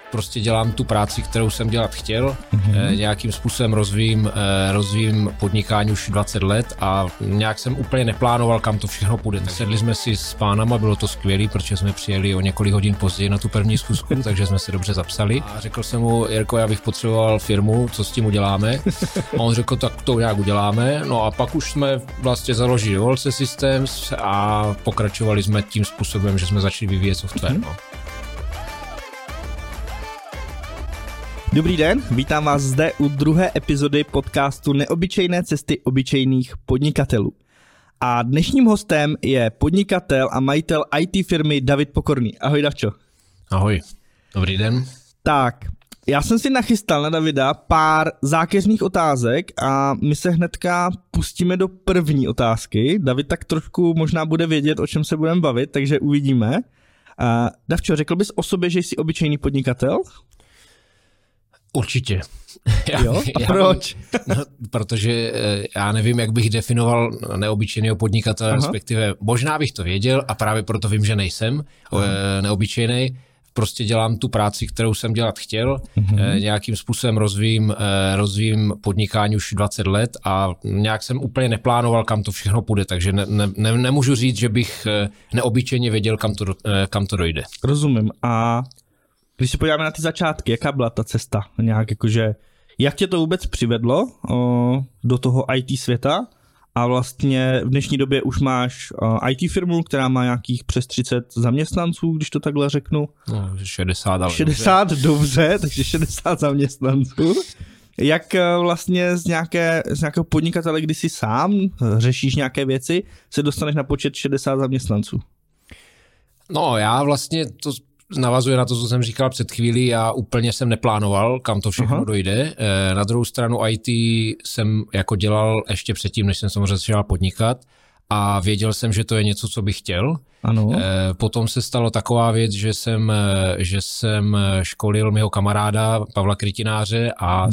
prostě dělám tu práci, kterou jsem dělat chtěl. Nějakým způsobem rozvíjím podnikání už 20 let a nějak jsem úplně neplánoval, kam to všechno půjde. Sedli jsme si s pánama, bylo to skvělý, protože jsme přijeli o několik hodin později na tu první schůzku, takže jsme se dobře zapsali. A řekl jsem mu, Jirko, já bych potřeboval firmu, co s tím uděláme. A on řekl, tak to nějak uděláme. No a pak už jsme vlastně založili Volce Systems a pokračovali jsme tím způsobem, že jsme začali vyvíjet software. No. Dobrý den, vítám vás zde u druhé epizody podcastu Neobyčejné cesty obyčejných podnikatelů. A dnešním hostem je podnikatel a majitel IT firmy David Pokorný. Ahoj, Davčo. Ahoj, dobrý den. Tak, já jsem si nachystal na Davida pár zákeřných otázek a my se hnedka pustíme do první otázky. David tak trošku možná bude vědět, o čem se budeme bavit, takže uvidíme. Davčo, řekl bys o sobě, že jsi obyčejný podnikatel? Určitě. Jo? A proč? Protože já nevím, jak bych definoval neobyčejného podnikatele, respektive možná bych to věděl a právě proto vím, že nejsem neobyčejný. Prostě dělám tu práci, kterou jsem dělat chtěl. Nějakým způsobem rozvíjím podnikání už 20 let a nějak jsem úplně neplánoval, kam to všechno půjde, takže nemůžu říct, že bych neobyčejně věděl, kam to dojde. Rozumím. A když se podíváme na ty začátky, jaká byla ta cesta? Nějak jakože, jak tě to vůbec přivedlo do toho IT světa? A vlastně v dnešní době už máš IT firmu, která má nějakých přes 30 zaměstnanců, když to takhle řeknu. No, 60, ale 60, dobře, takže 60 zaměstnanců. Jak vlastně z nějakého podnikatele, kdy jsi sám řešíš nějaké věci, se dostaneš na počet 60 zaměstnanců? No, já vlastně to navazuje na to, co jsem říkal před chvílí, já úplně jsem neplánoval, kam to všechno dojde. Na druhou stranu IT jsem jako dělal ještě předtím, než jsem samozřejmě začal podnikat a věděl jsem, že to je něco, co bych chtěl. Ano. Potom se stalo taková věc, že jsem školil mého kamaráda Pavla Krytináře a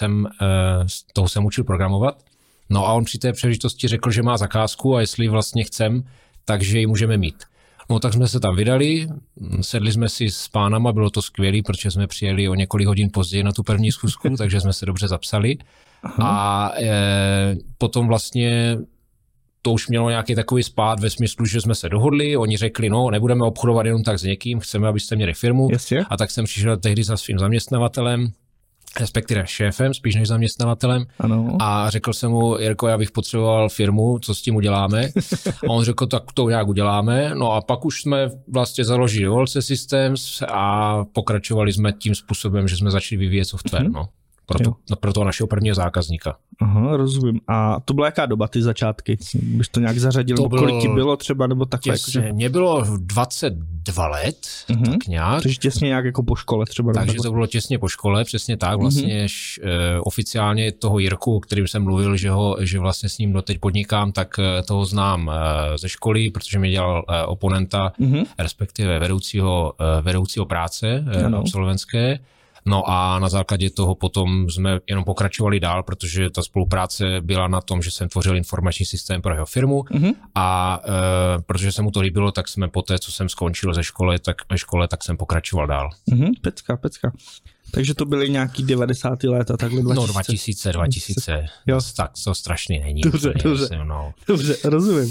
s toho jsem učil programovat. No a on při té příležitosti řekl, že má zakázku a jestli vlastně chcem, takže ji můžeme mít. No tak jsme se tam vydali, sedli jsme si s pánama, bylo to skvělý, protože jsme přijeli o několik hodin později na tu první schůzku, takže jsme se dobře zapsali. A potom vlastně to už mělo nějaký takový spád ve smyslu, že jsme se dohodli, oni řekli, no nebudeme obchodovat jenom tak s někým, chceme, abyste měli firmu. Jasně. A tak jsem přišel tehdy za svým zaměstnavatelem, respektive šéfem, spíš než zaměstnavatelem. Ano. A řekl jsem mu, Jirko, já bych potřeboval firmu, co s tím uděláme. A on řekl, tak to nějak uděláme. No a pak už jsme vlastně založili Volce Systems a pokračovali jsme tím způsobem, že jsme začali vyvíjet software. Pro toho našeho prvního zákazníka. Aha, rozumím. A to byla jaká doba, ty začátky? Byš to nějak zařadil? Kolik ti bylo třeba, nebo takhle? Mně bylo 22 let, tak nějak. Takže těsně nějak jako po škole třeba. Takže to bylo těsně po škole, přesně tak. Vlastně oficiálně toho Jirku, o kterým jsem mluvil, že vlastně s ním doteď podnikám, tak toho znám ze školy, protože mi dělal oponenta, respektive vedoucího práce absolventské. No a na základě toho potom jsme jenom pokračovali dál, protože ta spolupráce byla na tom, že jsem tvořil informační systém pro jeho firmu a protože se mu to líbilo, tak jsme poté, co jsem skončil ve škole, tak jsem pokračoval dál. Pecka. Takže to byly nějaký 90. let a takhle 2000. No 2000. Jo. Tak to strašný není. Dobře, rozumím.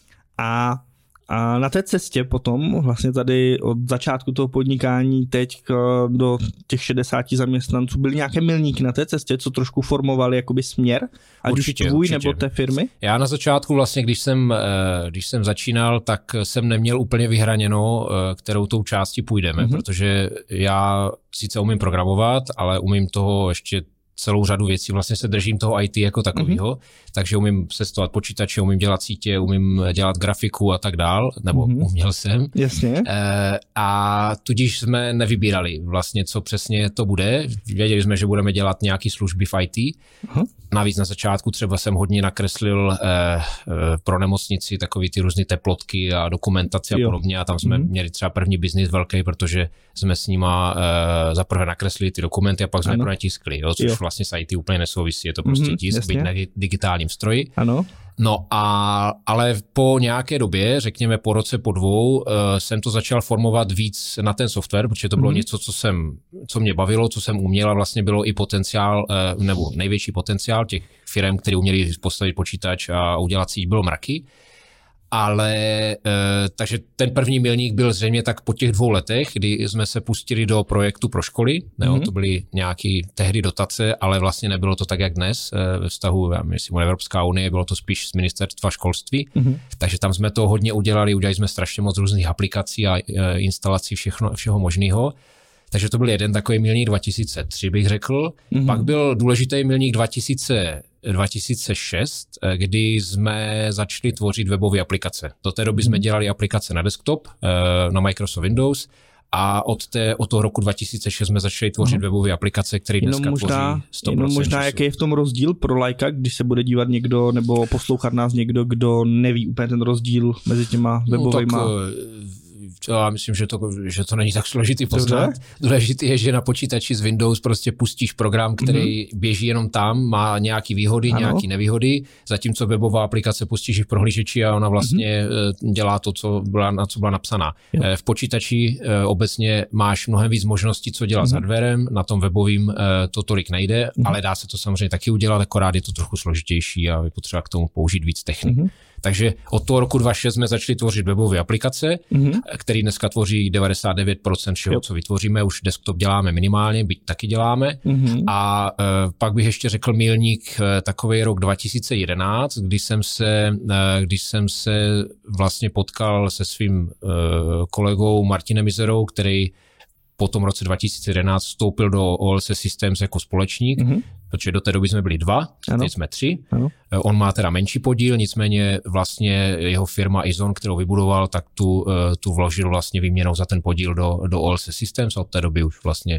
A na té cestě potom, vlastně tady od začátku toho podnikání teď do těch 60 zaměstnanců, byly nějaké milníky na té cestě, co trošku formovali jakoby směr, ať už tvůj nebo té firmy? Já na začátku vlastně, když jsem začínal, tak jsem neměl úplně vyhraněno, kterou tou částí půjdeme, protože já sice umím programovat, ale umím toho ještě celou řadu věcí, vlastně se držím toho IT jako takového, takže umím sestavovat počítače, umím dělat sítě, umím dělat grafiku a tak dál, nebo uměl jsem. Jasně. A tudíž jsme nevybírali vlastně, co přesně to bude. Věděli jsme, že budeme dělat nějaké služby v IT. Navíc na začátku třeba jsem hodně nakreslil pro nemocnici takový ty různé teplotky a dokumentaci a podobně a tam jsme měli třeba první biznis velký, protože jsme s nima zaprvé nakreslili ty dokumenty a pak jsme pro ně tiskli, což vlastně s IT úplně nesouvisí, je to prostě tisk, byť na digitálním stroji. Ano. No ale po nějaké době, řekněme po roce, po 2, jsem to začal formovat víc na ten software, protože to bylo něco, co mě bavilo, co jsem uměl a vlastně bylo i potenciál, nebo největší potenciál těch firm, které uměli postavit počítač a udělat síť, bylo mraky. Ale takže ten první milník byl zřejmě tak po těch 2 letech, kdy jsme se pustili do projektu pro školy. To byly nějaké tehdy dotace, ale vlastně nebylo to tak, jak dnes ve vztahu, myslím, Evropská unie, bylo to spíš z ministerstva školství. Takže tam jsme to hodně udělali jsme strašně moc různých aplikací a instalací všeho možného. Takže to byl jeden takový milník 2003, bych řekl. Pak byl důležitý milník 2006, kdy jsme začali tvořit webové aplikace. Do té doby jsme dělali aplikace na desktop, na Microsoft Windows a od toho roku 2006 jsme začali tvořit webové aplikace, které dneska tvoří 100%. Jenom možná, jaký je v tom rozdíl pro laika, když se bude dívat někdo nebo poslouchat nás někdo, kdo neví úplně ten rozdíl mezi těma webovejma. Já myslím, že to není tak složitý poznat. Důležitý je, že na počítači z Windows prostě pustíš program, který běží jenom tam, má nějaký výhody, nějaký nevýhody, zatímco webová aplikace pustíš v prohlížeči a ona vlastně dělá to, na co byla napsaná. V počítači obecně máš mnohem víc možností, co dělat s hardwarem, na tom webovým to tolik nejde, ale dá se to samozřejmě taky udělat, akorát je to trochu složitější a je potřeba k tomu použít víc technik. Takže od toho roku 2006 jsme začali tvořit webové aplikace, které dneska tvoří 99% všeho, co vytvoříme. Už desktop děláme minimálně, byť taky děláme. A pak bych ještě řekl milník takový rok 2011, když jsem se vlastně potkal se svým kolegou Martinem Mizerou, který po tom roce 2011 vstoupil do OLC Systems jako společník, protože do té doby jsme byli 2, teď jsme 3. On má teda menší podíl, nicméně vlastně jeho firma Izon, kterou vybudoval, tak tu vložil vlastně výměnou za ten podíl do OLC Systems a od té doby už vlastně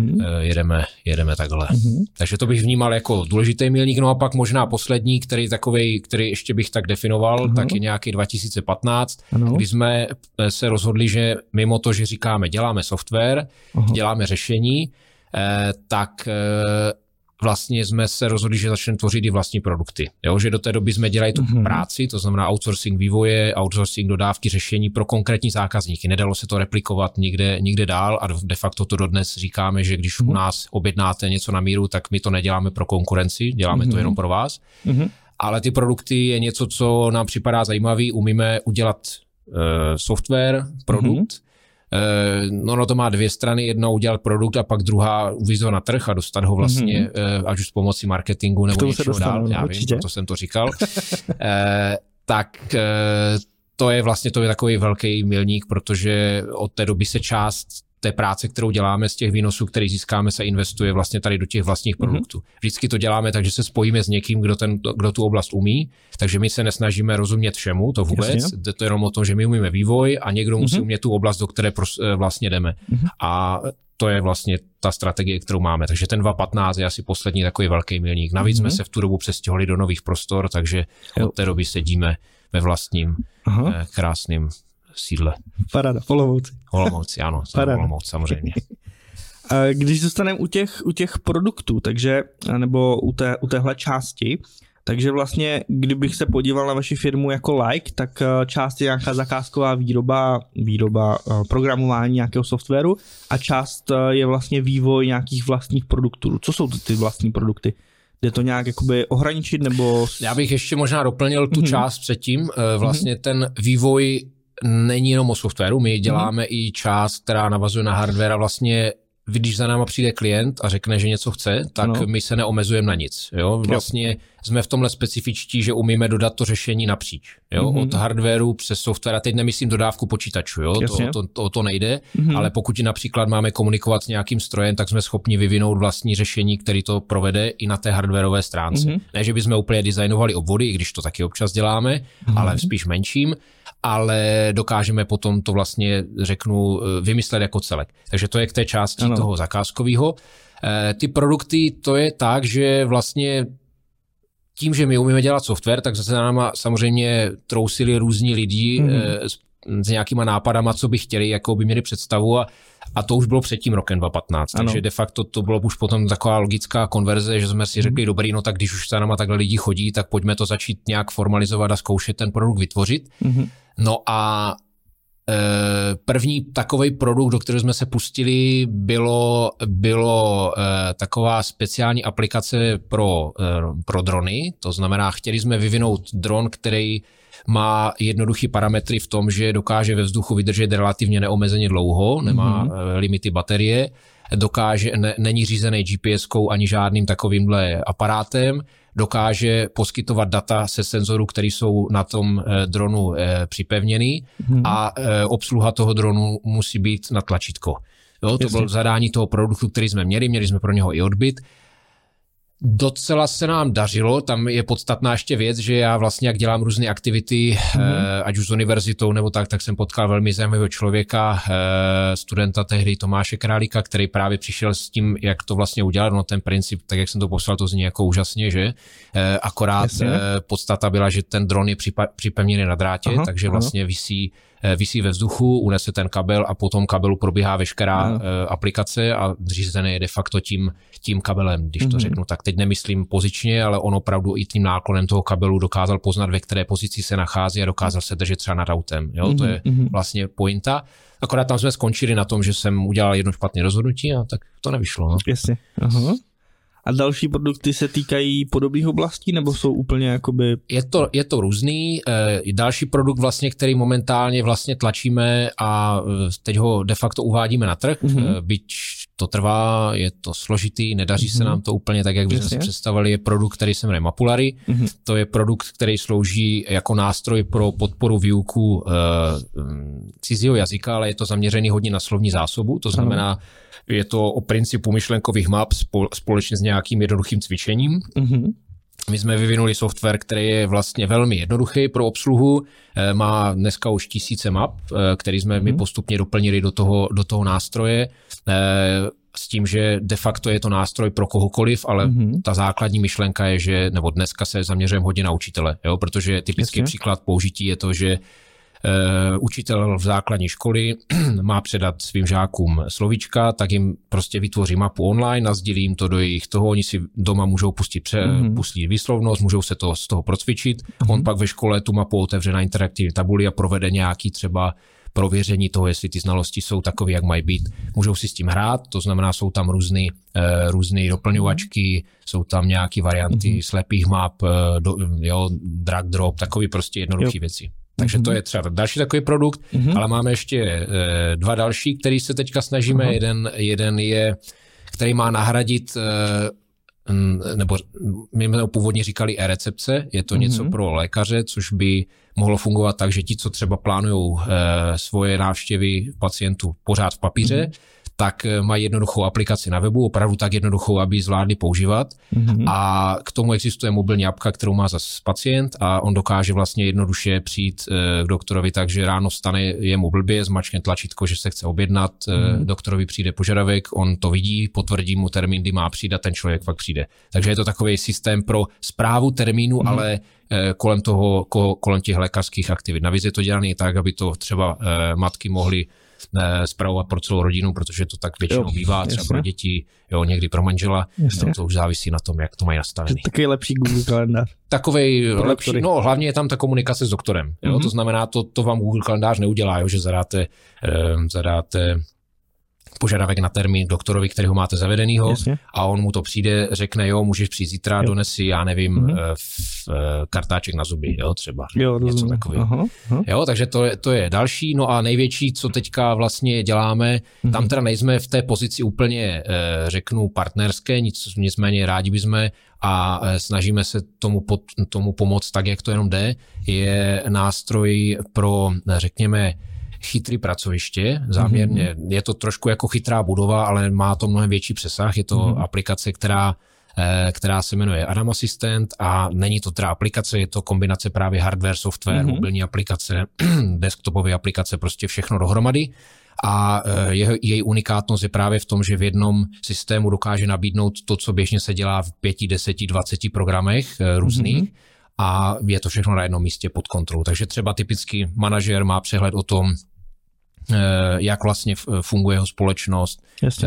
jedeme takhle. Takže to bych vnímal jako důležitý milník. No a pak možná poslední, který ještě bych tak definoval, tak je nějaký 2015, kdy jsme se rozhodli, že mimo to, že říkáme, děláme software, děláme řešení, tak vlastně jsme se rozhodli, že začneme tvořit i vlastní produkty. Jo? Že do té doby jsme dělali tu práci, to znamená outsourcing vývoje, outsourcing dodávky řešení pro konkrétní zákazníky. Nedalo se to replikovat nikde dál a de facto to dodnes říkáme, že když u nás objednáte něco na míru, tak my to neděláme pro konkurenci, děláme to jenom pro vás. Ale ty produkty je něco, co nám připadá zajímavý, umíme udělat software, produkt. No to má 2 strany, jedna udělat produkt a pak druhá uvést ho na trh a dostat ho vlastně, ať už s pomocí marketingu nebo něčeho dál, já vím, proto jsem to říkal. Tak to je takový velký milník, protože od té doby se část té práce, kterou děláme z těch výnosů, který získáme, se investuje vlastně tady do těch vlastních produktů. Vždycky to děláme tak, že se spojíme s někým, kdo tu oblast umí, takže my se nesnažíme rozumět všemu, to vůbec. Je to jenom o tom, že my umíme vývoj a někdo musí umět tu oblast, do které vlastně jdeme. A to je vlastně ta strategie, kterou máme. Takže ten 2015 je asi poslední takový velký milník. Navíc jsme se v tu dobu přestěhovali do nových prostor, takže od té doby sedíme ve vlastním krásným sídle. Paráda, Olomouci. Olomouci, ano, Olomouc samozřejmě. Když zůstaneme u těch produktů, takže, nebo u téhle části, takže vlastně, kdybych se podíval na vaši firmu jako like, tak část je nějaká zakázková výroba programování nějakého softwaru a část je vlastně vývoj nějakých vlastních produktů. Co jsou ty vlastní produkty? Jde to nějak jakoby ohraničit, nebo... Já bych ještě možná doplnil tu část předtím. Vlastně ten vývoj není jenom o softwaru, my děláme i část, která navazuje na hardware a vlastně když za náma přijde klient a řekne, že něco chce, tak my se neomezujeme na nic. Jo? Vlastně jsme v tomhle specifičtí, že umíme dodat to řešení napříč. Jo? Od hardwareu přes software, a teď nemyslím dodávku počítačů, jo? To nejde, ale pokud například máme komunikovat s nějakým strojem, tak jsme schopni vyvinout vlastní řešení, který to provede i na té hardwareové stránce. Ne, že bychom úplně designovali obvody, i když to taky občas děláme, ale spíš menším, ale dokážeme potom to vlastně, řeknu, vymyslet jako celek. Takže to je k té části toho zakázkového. Ty produkty, to je tak, že vlastně tím, že my umíme dělat software, tak zase za náma samozřejmě trousili různí lidi s nějakýma nápadama, co by chtěli, jakou by měli představu a to už bylo před tím rokem 2015, takže de facto to bylo už potom taková logická konverze, že jsme si řekli, dobrý, no tak když už za náma takhle lidi chodí, tak pojďme to začít nějak formalizovat a zkoušet ten produkt vytvořit. No a první takovej produkt, do kterého jsme se pustili, bylo taková speciální aplikace pro drony, to znamená, chtěli jsme vyvinout dron, který má jednoduchý parametry v tom, že dokáže ve vzduchu vydržet relativně neomezeně dlouho, nemá limity baterie, není řízený GPS-kou ani žádným takovýmhle aparátem, dokáže poskytovat data se senzorů, které jsou na tom dronu připevněný a obsluha toho dronu musí být na tlačítko. Jo, to bylo zadání toho produktu, který jsme měli jsme pro něho i odbyt. Docela se nám dařilo, tam je podstatná ještě věc, že já vlastně, jak dělám různé aktivity, ať už s univerzitou nebo tak jsem potkal velmi zajímavého člověka, studenta tehdy Tomáše Králíka, který právě přišel s tím, jak to vlastně udělat, no ten princip, tak jak jsem to poslal, to zní jako úžasně, že? Akorát podstata byla, že ten dron je připevněný na drátě, takže vlastně visí ve vzduchu, unese ten kabel a po tom kabelu probíhá veškerá aplikace a řízené je de facto tím kabelem, když to řeknu. Tak teď nemyslím pozičně, ale on opravdu i tím náklonem toho kabelu dokázal poznat, ve které pozici se nachází a dokázal se držet třeba nad autem. Jo? To je vlastně pointa. Akorát tam jsme skončili na tom, že jsem udělal jedno špatné rozhodnutí a tak to nevyšlo. No. Jasně. A další produkty se týkají podobných oblastí, nebo jsou úplně jakoby... Je to různý. Další produkt vlastně, který momentálně vlastně tlačíme a teď ho de facto uvádíme na trh, byť to trvá, je to složitý, nedaří se nám to úplně tak, jak bychom si představili, je produkt, který se jmenuje Mapulary. To je produkt, který slouží jako nástroj pro podporu výuku cizího jazyka, ale je to zaměřený hodně na slovní zásobu, to znamená, je to o principu myšlenkových map společně s nějakým jednoduchým cvičením. My jsme vyvinuli software, který je vlastně velmi jednoduchý pro obsluhu, má dneska už 1000 map, který jsme my postupně doplnili do toho nástroje, s tím, že de facto je to nástroj pro kohokoliv, ale ta základní myšlenka je, že, nebo dneska se zaměřujeme hodně na učitele, jo, protože typický příklad použití je to, že učitel v základní školy má předat svým žákům slovíčka, tak jim prostě vytvoří mapu online, nasdílí jim to do jejich toho, oni si doma můžou pustit výslovnost, můžou se to z toho procvičit, on pak ve škole tu mapu otevře na interaktivní tabuli a provede nějaký třeba prověření toho, jestli ty znalosti jsou takové, jak mají být. Můžou si s tím hrát, to znamená, jsou tam různé doplňovačky, jsou tam nějaké varianty slepých map, drag drop, takové prostě jednoduché věci. Takže to je třeba další takový produkt, ale máme ještě dva další, který se teďka snažíme. Jeden je, který má nahradit, nebo my jsme původně říkali e-recepce, je to něco pro lékaře, což by mohlo fungovat tak, že ti, co třeba plánujou svoje návštěvy pacientů pořád v papíře, tak mají jednoduchou aplikaci na webu, opravdu tak jednoduchou, aby ji zvládli používat. A k tomu existuje mobilní apka, kterou má zase pacient a on dokáže vlastně jednoduše přijít k doktorovi, takže ráno vstane, je mu blbě, zmačkne tlačítko, že se chce objednat, doktorovi přijde požadavek, on to vidí, potvrdí mu termín, kdy má přijít a ten člověk pak přijde. Takže je to takový systém pro správu termínu, ale kolem těch lékařských aktivit. Navíc je to dělané tak, aby to třeba matky mohly spravovat pro celou rodinu, protože to tak většinou bývá, třeba pro děti, někdy pro manžela, to už závisí na tom, jak to mají nastavený. Takový lepší Google kalendář. Takovej lepší, hlavně je tam ta komunikace s doktorem, to znamená, to vám Google kalendář neudělá, že zadáte požadavek na termín doktorovi, kterého máte zavedenýho a on mu to přijde, řekne, můžeš přijít zítra, donesi, já nevím, kartáček na zuby, třeba. Něco takového. Takže to je další. No a největší, co teďka vlastně děláme, tam teda nejsme v té pozici úplně, řeknu, partnerské, nicméně rádi bychom a snažíme se tomu pomoct tak, jak to jenom jde, je nástroj pro, řekněme, chytrý pracoviště, záměrně. Je to trošku jako chytrá budova, ale má to mnohem větší přesah. Je to aplikace, která se jmenuje Adam Assistant a není to teda aplikace, je to kombinace právě hardware, software, mobilní aplikace, desktopové aplikace, prostě všechno dohromady. A její unikátnost je právě v tom, že v jednom systému dokáže nabídnout to, co běžně se dělá v 5, 10, 20 programech různých, a je to všechno na jednom místě pod kontrolou. Takže třeba typicky manažer má přehled o tom, jak vlastně funguje jeho společnost,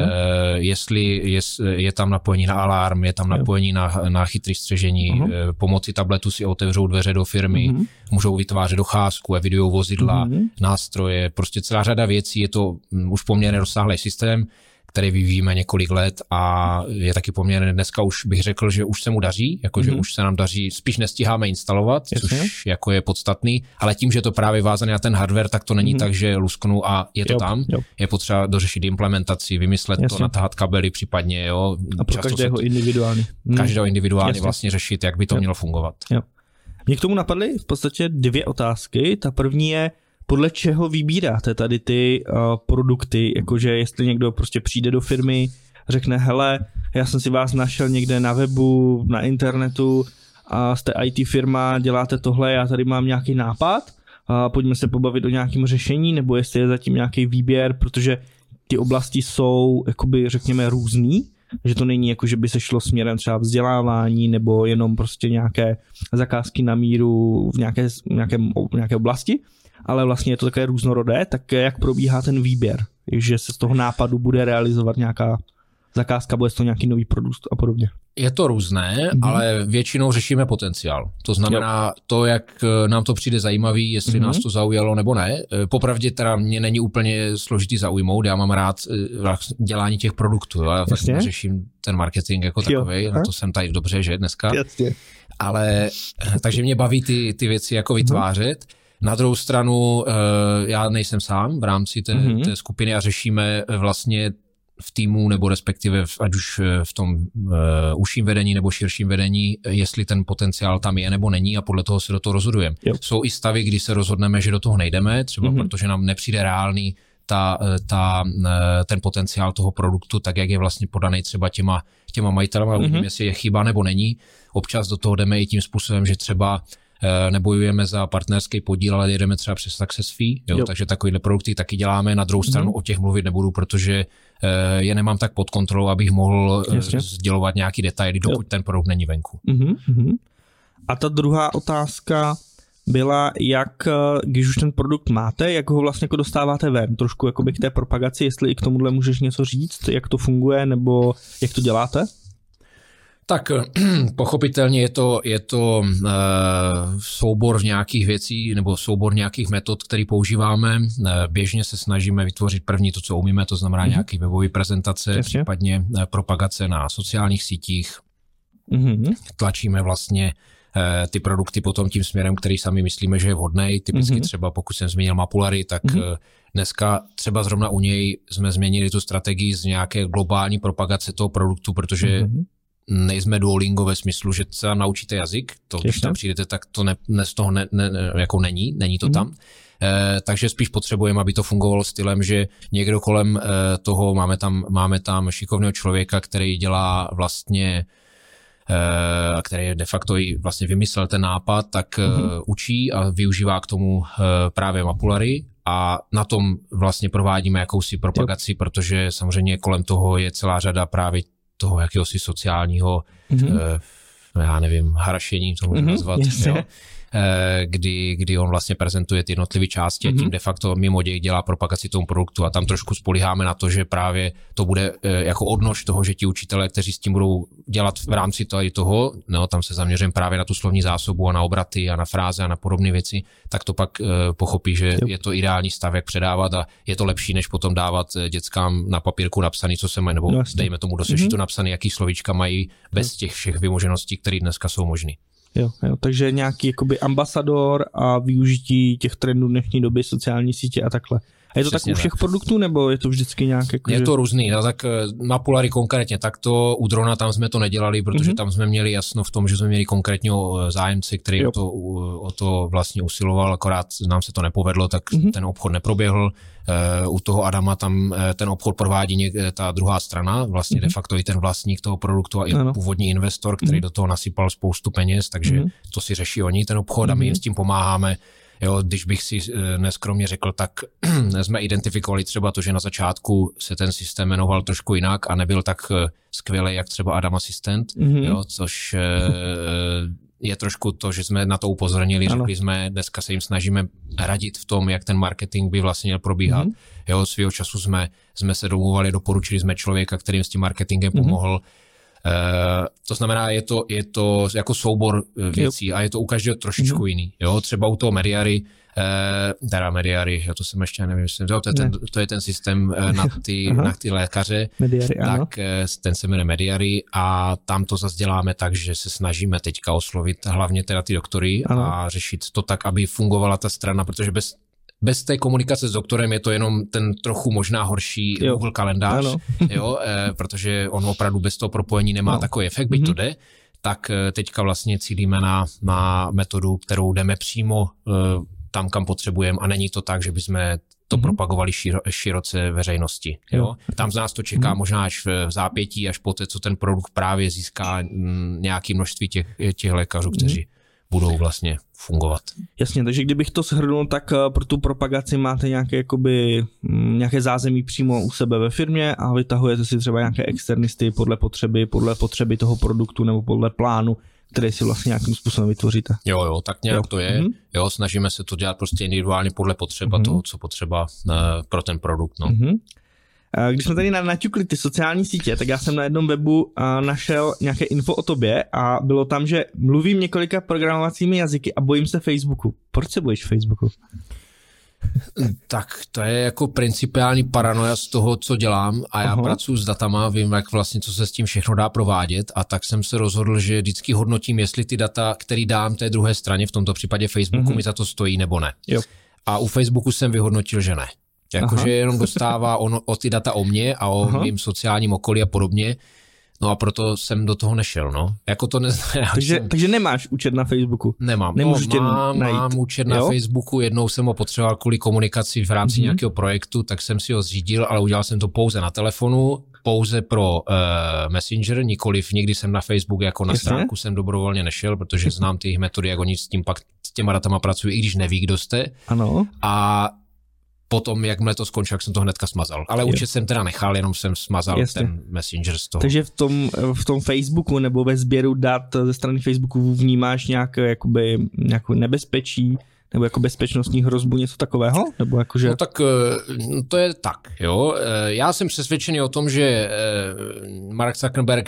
jestli je tam napojení na alarm, je tam napojení na chytrý střežení, pomocí tabletu si otevřou dveře do firmy, můžou vytvářet docházku, evidují vozidla, nástroje, prostě celá řada věcí, je to už poměrně rozsáhlý systém, který vyvíjíme několik let a je taky poměrně dneska už bych řekl, že už se mu daří, jakože už se nám daří, spíš nestíháme instalovat, což jako je podstatný, ale tím, že to právě vázané na ten hardware, tak to není tak, že lusknu a je to tam. Je potřeba dořešit implementaci, vymyslet to, natahat kabely případně, jo. A pro každého individuálně. Každého individuálně vlastně řešit, jak by to mělo fungovat. Mně k tomu napadly v podstatě 2 otázky. Ta první je, podle čeho vybíráte tady ty produkty, jakože jestli někdo prostě přijde do firmy, řekne, hele, já jsem si vás našel někde na webu, na internetu a jste IT firma, děláte tohle, já tady mám nějaký nápad, a pojďme se pobavit o nějakém řešení, nebo jestli je zatím nějaký výběr, protože ty oblasti jsou, jakoby řekněme, různý, že to není jako, že by se šlo směrem třeba vzdělávání nebo jenom prostě nějaké zakázky na míru v nějaké oblasti, ale vlastně je to takové různorodé, tak jak probíhá ten výběr, že se z toho nápadu bude realizovat nějaká zakázka, bude to nějaký nový produkt a podobně. Je to různé, ale většinou řešíme potenciál. To znamená to, jak nám to přijde zajímavý, jestli nás to zaujalo nebo ne. Popravdě teda mě není úplně složitý zaujmout, já mám rád dělání těch produktů, já tak řeším ten marketing jako takovej, na to jsem tady dobře, že dneska. Ale takže mě baví ty věci jako vytvářet. Na druhou stranu já nejsem sám v rámci té skupiny a řešíme vlastně v týmu nebo respektive ať už v tom užším vedení nebo širším vedení, jestli ten potenciál tam je nebo není a podle toho se do toho rozhodujeme. Jsou i stavy, kdy se rozhodneme, že do toho nejdeme, třeba protože nám nepřijde reálný ten potenciál toho produktu, tak jak je vlastně podaný třeba těma majitelama, uvidíme, jestli je chyba nebo není. Občas do toho jdeme i tím způsobem, že třeba nebojujeme za partnerský podíl, ale jedeme třeba přes success fee, takže takovýhle produkty taky děláme. Na druhou stranu o těch mluvit nebudu, protože je nemám tak pod kontrolou, abych mohl sdělovat nějaký detaily, dokud ten produkt není venku. A ta druhá otázka byla, jak, když už ten produkt máte, jak ho vlastně jako dostáváte ven, trošku jakoby k té propagaci, jestli i k tomuhle můžeš něco říct, jak to funguje, nebo jak to děláte? Tak pochopitelně je to soubor nějakých věcí nebo soubor nějakých metod, které používáme. Běžně se snažíme vytvořit první to, co umíme, to znamená nějaký webové prezentace, případně propagace na sociálních sítích. Tlačíme vlastně ty produkty potom tím směrem, který sami myslíme, že je vhodný. Typicky třeba, pokud jsem zmínil Mapulary, tak dneska třeba zrovna u něj jsme změnili tu strategii z nějaké globální propagace toho produktu, protože nejsme Duolingo ve smyslu, že se naučíte jazyk, to když tam přijdete, tak to z toho jako není to tam. Takže spíš potřebujeme, aby to fungovalo stylem, že někdo kolem toho, máme tam šikovného člověka, který dělá vlastně který de facto i vlastně vymyslel ten nápad, tak učí a využívá k tomu právě Mapulary a na tom vlastně provádíme jakousi propagaci, protože samozřejmě kolem toho je celá řada právě toho jakéhosi sociálního, já nevím, harašení, to můžu nazvat, kdy on vlastně prezentuje ty jednotlivé části a tím de facto mimo děj dělá propagaci tomu produktu a tam trošku spoléháme na to, že právě to bude jako odnož toho, že ti učitelé, kteří s tím budou dělat v rámci toho, no, tam se zaměřím právě na tu slovní zásobu a na obraty a na fráze a na podobné věci, tak to pak pochopí, že je to ideální stav, jak předávat a je to lepší, než potom dávat dětskám na papírku napsaný, co se mají, nebo dejme tomu do sešitu napsaný, jaký slovíčka mají bez těch všech vymožeností, které dneska jsou možné. Jo, takže nějaký jakoby ambasador a využití těch trendů dnešní doby, sociální sítě a takhle. A je to přesně tak u všech produktů, nebo je to vždycky nějak jako, je to různý, no, tak Mapulary konkrétně takto, u Drona tam jsme to nedělali, protože tam jsme měli jasno v tom, že jsme měli konkrétního zájemce, který o to vlastně usiloval, akorát nám se to nepovedlo, tak ten obchod neproběhl. U toho Adama tam ten obchod provádí ta druhá strana, vlastně de facto i ten vlastník toho produktu a i původní investor, který do toho nasypal spoustu peněz, takže to si řeší oni ten obchod a my jim s tím pomáháme. Jo, když bych si neskromně řekl, tak jsme identifikovali třeba to, že na začátku se ten systém jmenoval trošku jinak a nebyl tak skvělý, jak třeba Adam Assistant, jo, což je trošku to, že jsme na to upozornili, řekli jsme, dneska se jim snažíme radit v tom, jak ten marketing by vlastně měl probíhat. Jo, svýho času jsme se domluvali, doporučili jsme člověka, kterým s tím marketingem pomohl. To znamená, je to jako soubor věcí a je to u každého trošičku jiný. Jo, třeba u toho Mediary, já to jsem ještě nevím, to je ten systém na ty lékaře, Mediary, tak ten se jmenuje Mediary a tam to zase děláme tak, že se snažíme teďka oslovit hlavně teda ty doktory a řešit to tak, aby fungovala ta strana, protože bez té komunikace s doktorem je to jenom ten trochu možná horší Google kalendář, protože on opravdu bez toho propojení nemá takový efekt, byť to jde, tak teďka vlastně cílíme na metodu, kterou jdeme přímo tam, kam potřebujeme a není to tak, že bychom to propagovali široce veřejnosti. Jo? Tam z nás to čeká možná až v zápětí, až poté, co ten produkt právě získá nějaké množství těch lékařů, kteří budou vlastně fungovat. Jasně, takže kdybych to shrnul, tak pro tu propagaci máte nějaké zázemí přímo u sebe ve firmě a vytahujete si třeba nějaké externisty podle potřeby toho produktu nebo podle plánu, který si vlastně nějakým způsobem vytvoříte. Jo, tak nějak to je. Jo, snažíme se to dělat prostě individuálně podle potřeba toho, co potřeba pro ten produkt. No. Když jsme tady naťukli ty sociální sítě, tak já jsem na jednom webu našel nějaké info o tobě a bylo tam, že mluvím několika programovacími jazyky a bojím se Facebooku. Proč se bojíš Facebooku? Tak to je jako principiální paranoia z toho, co dělám a já pracuji s datama, vím, jak vlastně, co se s tím všechno dá provádět a tak jsem se rozhodl, že vždycky hodnotím, jestli ty data, který dám té druhé straně, v tomto případě Facebooku, mi za to stojí nebo ne. Jo. A u Facebooku jsem vyhodnotil, že ne. Jakože jenom dostává o ty data o mně a o mým sociálním okolí a podobně. No a proto jsem do toho nešel, no. Jako to neznamená. Takže nemáš účet na Facebooku? Nemám. Mám účet na Facebooku, jednou jsem ho potřeboval kvůli komunikaci v rámci nějakého projektu, tak jsem si ho zřídil, ale udělal jsem to pouze na telefonu, pouze pro Messenger, nikoliv nikdy jsem na Facebook jako na stránku jsem dobrovolně nešel, protože znám ty metody, jak oni s těma datama pracují, i když neví, kdo jste. Ano. A potom, jakmile to skončil, jak jsem to hnedka smazal. Ale účet jsem teda nechal, jenom jsem smazal ten Messenger z toho. Takže v tom Facebooku nebo ve sběru dat ze strany Facebooku vnímáš nějakou nebezpečí nebo jako bezpečnostní hrozbu, něco takového? Nebo jakože... No tak to je tak, jo. Já jsem přesvědčený o tom, že Mark Zuckerberg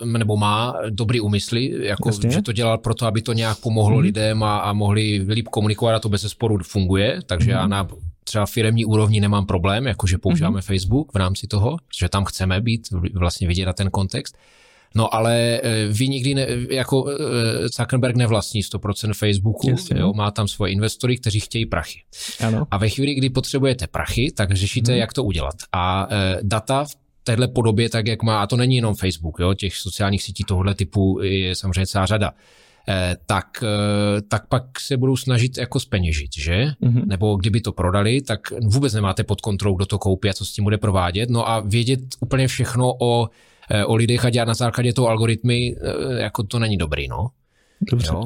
má dobrý úmysly, jako, že to dělal proto, aby to nějak pomohlo lidem a mohli líp komunikovat a to bezesporu funguje, takže já na třeba firemní úrovni nemám problém, jakože používáme Facebook v rámci toho, že tam chceme být, vlastně vidět na ten kontext. No ale vy nikdy, jako Zuckerberg nevlastní 100% Facebooku, jo, má tam svoje investory, kteří chtějí prachy. Ano. A ve chvíli, kdy potřebujete prachy, tak řešíte, jak to udělat. A data v téhle podobě, tak jak má, a to není jenom Facebook, jo, těch sociálních sítí tohohle typu je samozřejmě celá řada, tak pak se budou snažit jako zpeněžit, že? Nebo kdyby to prodali, tak vůbec nemáte pod kontrolou, kdo to koupí a co s tím bude provádět. No a vědět úplně všechno o lidech a dělat na základě toho algoritmy, jako to není dobrý, no. Dobře. Jo?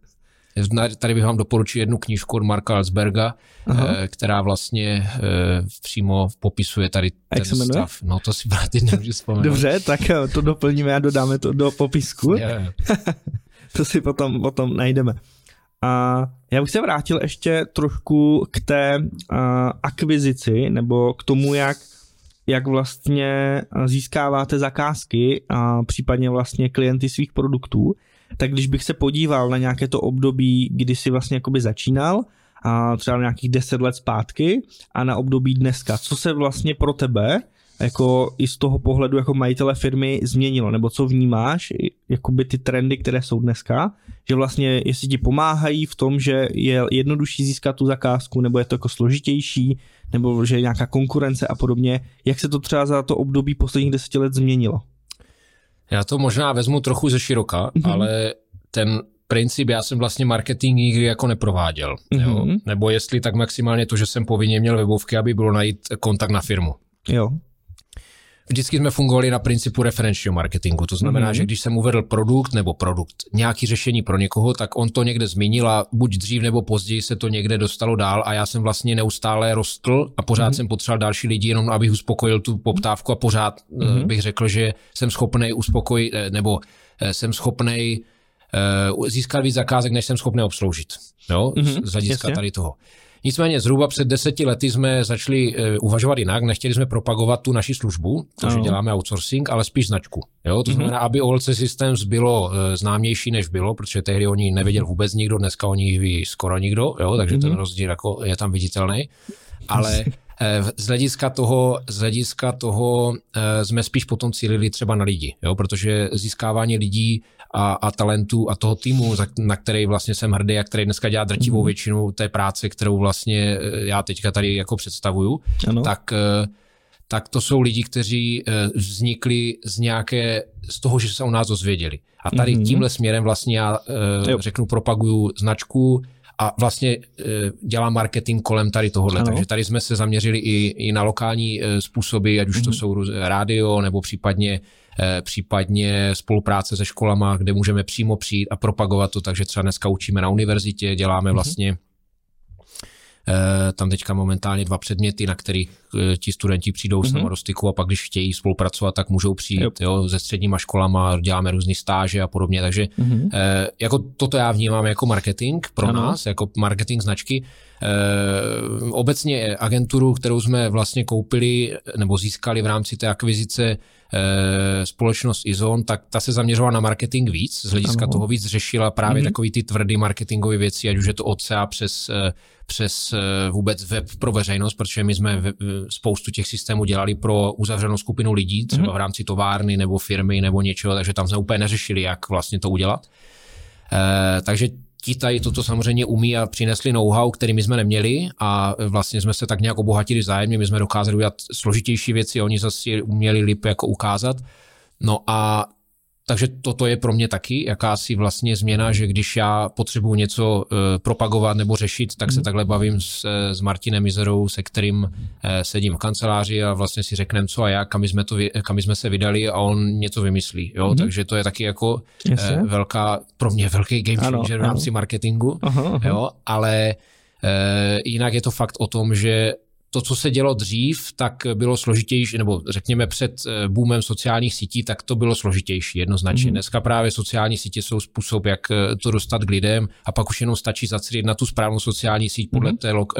Tady bych vám doporučil jednu knížku od Marka Ellsberga, která vlastně přímo popisuje tady ten stav. No to si teď nemůžu vzpomenout. Dobře, tak to doplníme a dodáme to do popisku. To si potom najdeme. A já bych se vrátil ještě trošku k té akvizici, nebo k tomu, jak vlastně získáváte zakázky a případně vlastně klienty svých produktů. Tak když bych se podíval na nějaké to období, kdy jsi vlastně jakoby začínal, a třeba nějakých 10 let zpátky a na období dneska, co se vlastně pro tebe jako i z toho pohledu jako majitele firmy změnilo, nebo co vnímáš, jakoby ty trendy, které jsou dneska, že vlastně jestli ti pomáhají v tom, že je jednodušší získat tu zakázku, nebo je to jako složitější, nebo že je nějaká konkurence a podobně, jak se to třeba za to období posledních 10 let změnilo? Já to možná vezmu trochu ze široka, ale ten princip, já jsem vlastně marketing nikdy jako neprováděl. Jo? Nebo jestli tak maximálně to, že jsem povinně měl webovky, aby bylo najít kontakt na firmu. Jo. Vždycky jsme fungovali na principu referenčního marketingu. To znamená, že když jsem uvedl produkt, nějaký řešení pro někoho, tak on to někde zmínil a buď dřív nebo později se to někde dostalo dál a já jsem vlastně neustále rostl a pořád jsem potřeboval další lidi, jenom abych uspokojil tu poptávku a pořád bych řekl, že jsem schopnej uspokojit, nebo jsem schopnej získat víc zakázek, než jsem schopný obsloužit. Jo? Z hlediska tady toho. Nicméně zhruba před 10 lety jsme začali uvažovat jinak, nechtěli jsme propagovat tu naši službu, protože děláme outsourcing, ale spíš značku. Jo? To znamená, aby OLC Systems bylo známější, než bylo, protože tehdy oni nevěděl vůbec nikdo, dneska oni ví skoro nikdo, jo? Takže ten rozdíl jako je tam viditelný. Ale z hlediska toho jsme spíš potom cílili třeba na lidi, jo? Protože získávání lidí a talentů a toho týmu, na který vlastně jsem hrdý a který dneska dělá drtivou většinu té práce, kterou vlastně já teďka tady jako představuju, tak to jsou lidi, kteří vznikli z toho, že se o nás dozvěděli. A tady tímhle směrem vlastně já řeknu, propaguju značku a vlastně dělám marketing kolem tady tohohle. Takže tady jsme se zaměřili i na lokální způsoby, ať už to jsou rádio nebo případně spolupráce se školama, kde můžeme přímo přijít a propagovat to, takže třeba dneska učíme na univerzitě, děláme vlastně tam teďka momentálně 2 předměty, na kterých ti studenti přijdou s náma do styku a pak, když chtějí spolupracovat, tak můžou přijít se středníma školama, děláme různý stáže a podobně, takže jako toto já vnímám jako marketing pro nás, jako marketing značky. Obecně agenturu, kterou jsme vlastně koupili nebo získali v rámci té akvizice společnost Izon, tak ta se zaměřovala na marketing víc, z hlediska toho víc řešila právě takový ty tvrdý marketingové věci, ať už je to od SEA přes vůbec web pro veřejnost, protože my jsme spoustu těch systémů dělali pro uzavřenou skupinu lidí, třeba v rámci továrny nebo firmy nebo něčeho, takže tam jsme úplně neřešili, jak vlastně to udělat. Takže ti tady toto samozřejmě umí a přinesli know-how, který my jsme neměli a vlastně jsme se tak nějak obohatili vzájemně, my jsme dokázali udělat složitější věci, oni zase uměli líp jako ukázat. No a takže toto je pro mě taky jakási vlastně změna, že když já potřebuji něco propagovat nebo řešit, tak se takhle bavím s Martinem Mizerou, se kterým sedím v kanceláři a vlastně si řekneme co a jak, kam jsme se vydali a on něco vymyslí. Jo? Takže to je taky jako pro mě velký game changer v rámci marketingu. Jo? Ale jinak je to fakt o tom, že to, co se dělo dřív, tak bylo složitější, nebo řekněme před boomem sociálních sítí, tak to bylo složitější jednoznačně. Dneska právě sociální sítě jsou způsob, jak to dostat k lidem a pak už jenom stačí zacílit na tu správnou sociální síť podle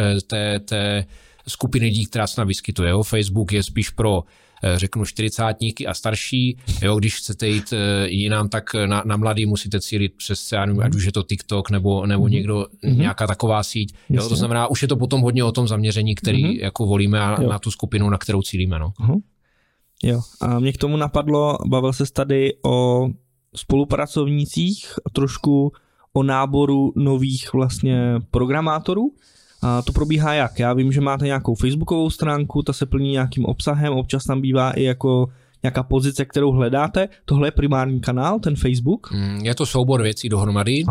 té skupiny lidí, která se tam vyskytuje. Jo? Facebook je spíš pro řeknu 40tníky a starší, jo, když chcete jít jinam, tak na mladý musíte cílit přes, ať už je to TikTok nebo někdo, nějaká taková síť. Jo, to znamená, už je to potom hodně o tom zaměření, který jako volíme a na tu skupinu, na kterou cílíme. No. Jo, a mě k tomu napadlo, bavil ses tady o spolupracovnících, trošku o náboru nových vlastně programátorů. A to probíhá jak? Já vím, že máte nějakou facebookovou stránku, ta se plní nějakým obsahem, občas tam bývá i jako nějaká pozice, kterou hledáte. Tohle je primární kanál, ten Facebook? Je to soubor věcí dohromady.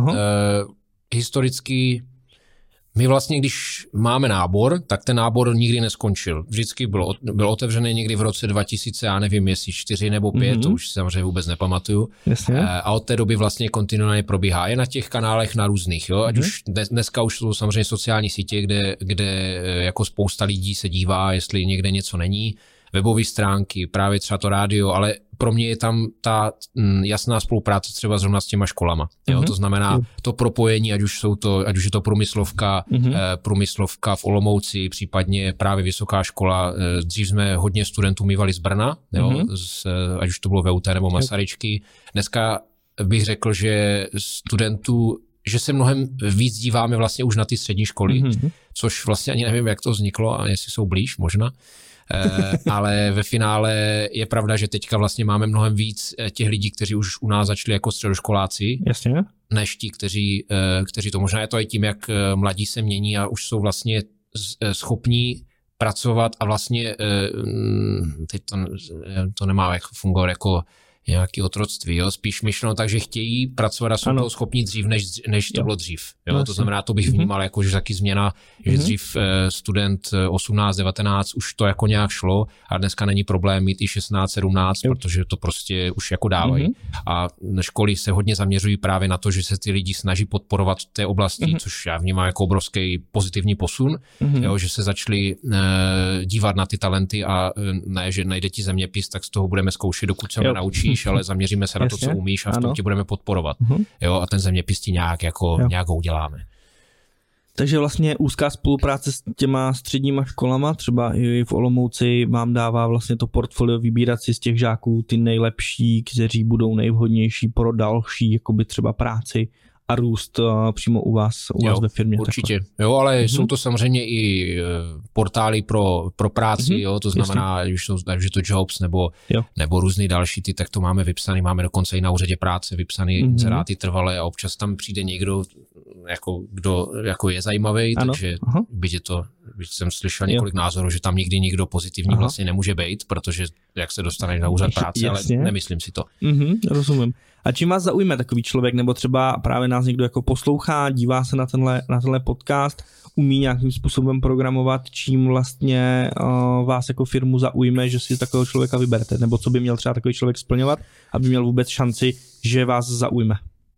Historicky my vlastně, když máme nábor, tak ten nábor nikdy neskončil. Vždycky byl otevřený někdy v roce 2000, já nevím, jestli 4 nebo 5, to už samozřejmě vůbec nepamatuju. A od té doby vlastně kontinuálně probíhá. Je na těch kanálech na různých, jo? Ať už dneska už jsou samozřejmě sociální sítě, kde jako spousta lidí se dívá, jestli někde něco není. Webové stránky, právě třeba to rádio, ale pro mě je tam ta jasná spolupráce třeba zrovna s těma školama. Jo? To znamená to propojení, ať už je to průmyslovka v Olomouci, případně právě vysoká škola. Dřív jsme hodně studentů mívali z Brna, jo? Ať už to bylo VUT nebo Masaryčky. Dneska bych řekl, že studentů, že se mnohem víc díváme vlastně už na ty střední školy, což vlastně ani nevím, jak to vzniklo a jestli jsou blíž možná. Ale ve finále je pravda, že teďka vlastně máme mnohem víc těch lidí, kteří už u nás začali jako středoškoláci, než ti, kteří to možná je to i tím, jak mladí se mění a už jsou vlastně schopní pracovat a vlastně teď to nemá jak fungovat jako nějaký otroctví, jo? Spíš myšleno tak, že chtějí pracovat a jsou toho schopní dřív, než to bylo dřív. Jo? To znamená, to bych vnímal jako, že taky změna, že dřív student 18, 19 už to jako nějak šlo a dneska není problém mít i 16, 17, protože to prostě už jako dávají. A školy se hodně zaměřují právě na to, že se ty lidi snaží podporovat v té oblasti, což já vnímám jako obrovský pozitivní posun, jo? Že se začali dívat na ty talenty a ne, že najde ti zeměpis, tak z toho budeme zkoušet, dokud se naučí. nemusíš, ale zaměříme se na to, co umíš a v tom tě budeme podporovat. Jo, a ten zeměpis ti nějak uděláme. Takže vlastně úzká spolupráce s těma středníma školama, třeba i v Olomouci vám dává vlastně to portfolio vybírat si z těch žáků ty nejlepší, kteří budou nejvhodnější pro další jakoby třeba práci a růst přímo u vás ve firmě. Určitě. Takhle. Jo, ale jsou to samozřejmě i portály pro práci, jo, to znamená, když to Jobs nebo různý další ty, tak to máme vypsaný, máme dokonce i na úřadě práce vypsaný inzeráty trvalé a občas tam přijde někdo, kdo je zajímavý, takže byť jsem slyšel několik názorů, že tam nikdy nikdo pozitivní vlastně nemůže být, protože jak se dostane na úřad práce, ale nemyslím si to. Rozumím. A čím vás zaujme takový člověk, nebo třeba právě nás někdo jako poslouchá, dívá se na tenhle podcast, umí nějakým způsobem programovat, čím vlastně vás jako firmu zaujme, že si takového člověka vyberete, nebo co by měl třeba takový člověk splňovat, aby měl vůbec šanci, že vás zaujme?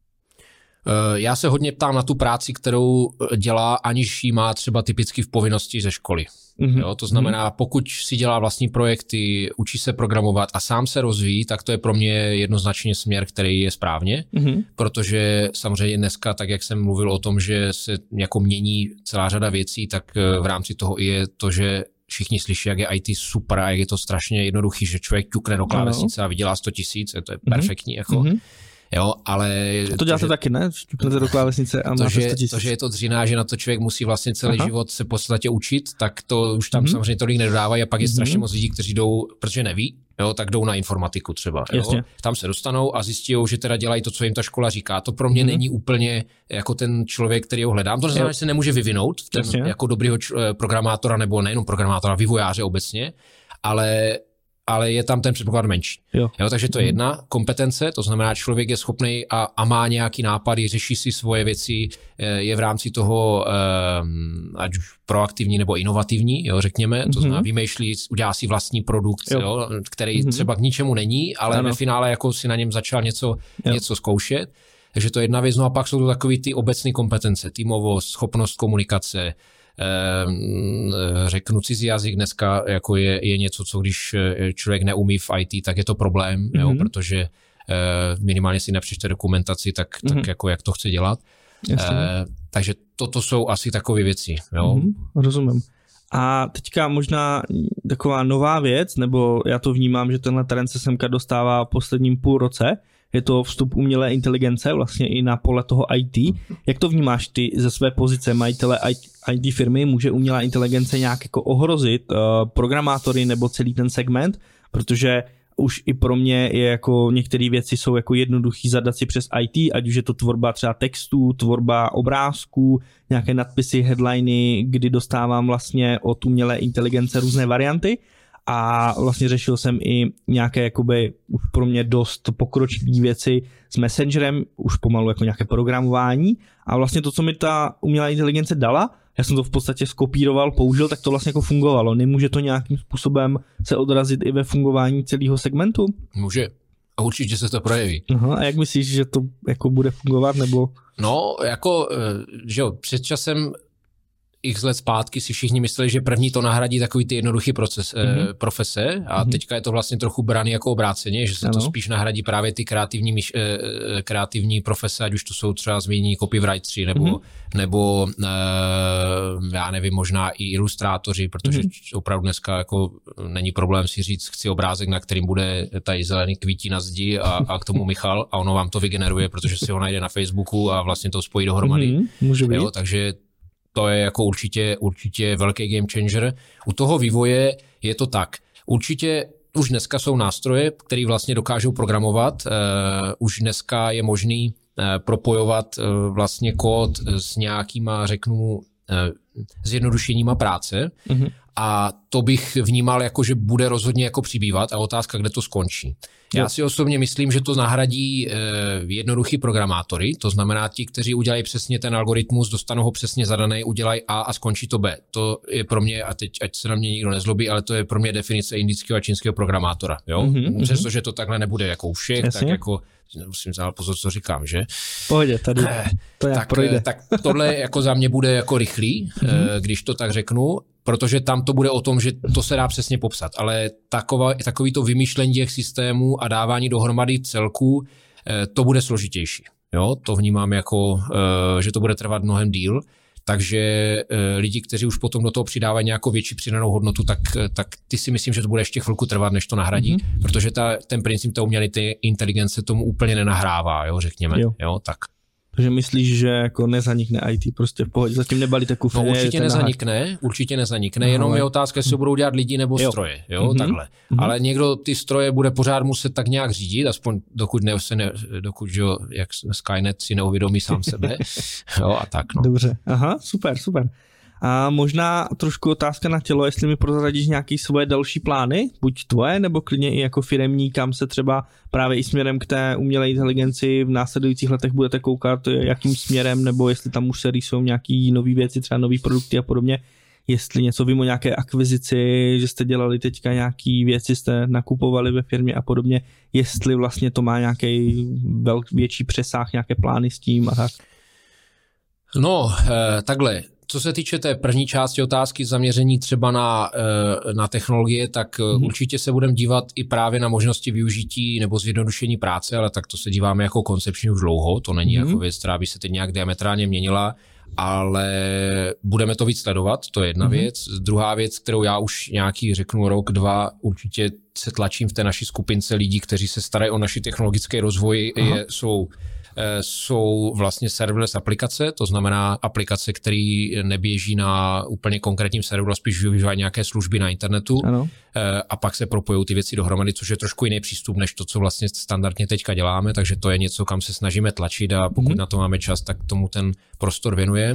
Já se hodně ptám na tu práci, kterou dělá, aniž ji má třeba typicky v povinnosti ze školy. Jo, to znamená, pokud si dělá vlastní projekty, učí se programovat a sám se rozvíjí, tak to je pro mě jednoznačně směr, který je správně, protože samozřejmě dneska, tak jak jsem mluvil o tom, že se jako mění celá řada věcí, tak v rámci toho i je to, že všichni slyší, jak je IT super a jak je to strašně jednoduchý, že člověk ťukne do klávesnice a vydělá 100 000, to je perfektní. Jako. Jo, ale to děláte taky, ne? Šťupnete do klávesnice a máte 100 000. To, že je to dřina, že na to člověk musí vlastně celý život se v podstatě učit, tak to už tam samozřejmě tolik nedodávají a pak je strašně moc lidí, kteří jdou, protože neví, jo, tak jdou na informatiku třeba. Jo? Tam se dostanou a zjistí, že teda dělají to, co jim ta škola říká. To pro mě není úplně jako ten člověk, který ho hledám. To znamená, že se nemůže vyvinout jako dobrýho programátora nebo nejenom programátora, vývojáře obecně, ale je tam ten předpoklad menší. Jo, takže to je jedna kompetence, to znamená, člověk je schopný a má nějaký nápady, řeší si svoje věci, je v rámci toho ať už proaktivní nebo inovativní, jo, řekněme, to znamená vymýšlí, udělá si vlastní produkt, jo, který třeba k ničemu není, ale ve finále jako si na něm začal něco zkoušet. Takže to je jedna věc, no a pak jsou to takový ty obecné kompetence, týmovost, schopnost komunikace, řeknu cizí jazyk dneska jako je něco, co když člověk neumí v IT, tak je to problém, jo, protože minimálně si nepřečte dokumentaci, tak jako jak to chce dělat. Takže toto jsou asi takové věci. Jo. Rozumím. A teďka možná taková nová věc, nebo já to vnímám, že tenhle trend se semka dostává v posledním půl roce, je to vstup umělé inteligence vlastně i na pole toho IT. Jak to vnímáš ty ze své pozice majitele IT firmy? Může umělá inteligence nějak jako ohrozit programátory nebo celý ten segment? Protože už i pro mě je jako některé věci jsou jako jednoduchý zadat si přes IT, ať už je to tvorba třeba textů, tvorba obrázků, nějaké nadpisy, headliny, kdy dostávám vlastně od umělé inteligence různé varianty. A vlastně řešil jsem i nějaké jakoby už pro mě dost pokročilé věci s Messengerem, už pomalu jako nějaké programování a vlastně to, co mi ta umělá inteligence dala, já jsem to v podstatě skopíroval, použil, tak to vlastně jako fungovalo. Nemůže to nějakým způsobem se odrazit i ve fungování celého segmentu? Může. A určitě se to projeví. Aha, a jak myslíš, že to jako bude fungovat, nebo? No, jako, že jo, před časem x let zpátky si všichni mysleli, že první to nahradí takový ty jednoduchý profese a teďka je to vlastně trochu braný jako obráceně, že se to spíš nahradí právě ty kreativní profese, ať už to jsou třeba zmínění copywriteri nebo já nevím, možná i ilustrátoři, protože opravdu dneska jako není problém si říct, chci obrázek, na kterým bude tady zelený kvítí na zdi a k tomu Michal a ono vám to vygeneruje, protože si ho najde na Facebooku a vlastně to spojí dohromady. Může být. Jo, takže to je jako určitě velký game changer. U toho vývoje je to tak. Určitě už dneska jsou nástroje, které vlastně dokážou programovat. Už dneska je možný propojovat vlastně kód s nějakýma, řeknu, zjednodušeníma práce. A to bych vnímal jako, že bude rozhodně jako přibývat a otázka, kde to skončí. Já si osobně myslím, že to nahradí jednoduchý programátory, to znamená ti, kteří udělají přesně ten algoritmus, dostanou ho přesně zadaný, udělají A a skončí to B. To je pro mě, a teď ať se na mě nikdo nezlobí, ale to je pro mě definice indického a čínského programátora. Jo? Přestože to takhle nebude jako u všech, tak jako musím zále pozor, co říkám, že? Pohodě, tady to jak projde. Tak tohle jako za mě bude jako rychlý, když to tak řeknu. protože tam to bude o tom, že to se dá přesně popsat, ale takový to vymýšlení těch systémů a dávání dohromady celků, to bude složitější. Jo? To vnímám jako, že to bude trvat mnohem díl, takže lidi, kteří už potom do toho přidávají nějakou větší přidanou hodnotu, tak ty si myslím, že to bude ještě chvilku trvat, než to nahradí, protože ten princip té umělé inteligence tomu úplně nenahrává, jo, řekněme. Jo, tak. Takže myslíš, že jako nezanikne IT prostě v pohodě, zatím nebalíte kufry? No určitě nezanikne, jenom je otázka, jestli budou dělat lidi nebo stroje, jo, takhle. Ale někdo ty stroje bude pořád muset tak nějak řídit, aspoň dokud jak Skynet si neuvědomí sám sebe, jo, a tak, no. Dobře, aha, super. A možná trošku otázka na tělo, jestli mi prozradíš nějaké svoje další plány, buď tvoje, nebo klidně i jako firemní, kam se třeba právě i směrem k té umělé inteligenci v následujících letech budete koukat, jakým směrem, nebo jestli tam už se rýsou nějaký nový věci, třeba nový produkty a podobně, jestli něco vím o nějaké akvizici, že jste dělali teďka nějaký věci, jste nakupovali ve firmě a podobně, jestli vlastně to má nějaký větší přesah, nějaké plány s tím a tak. No, takhle. Co se týče té první části otázky zaměření třeba na technologie, tak určitě se budeme dívat i právě na možnosti využití nebo zjednodušení práce, ale tak to se díváme jako koncepčně už dlouho, to není jako věc, která by se teď nějak diametrálně měnila, ale budeme to víc sledovat, to je jedna věc. Druhá věc, kterou já už nějaký řeknu rok, 2, určitě se tlačím v té naší skupince lidí, kteří se starají o naši technologické rozvoj, jsou vlastně serverless aplikace, to znamená aplikace, které neběží na úplně konkrétním serveru, spíš využívají nějaké služby na internetu. Ano. A pak se propojují ty věci dohromady, což je trošku jiný přístup, než to, co vlastně standardně teďka děláme, takže to je něco, kam se snažíme tlačit a pokud na to máme čas, tak tomu ten prostor věnujeme.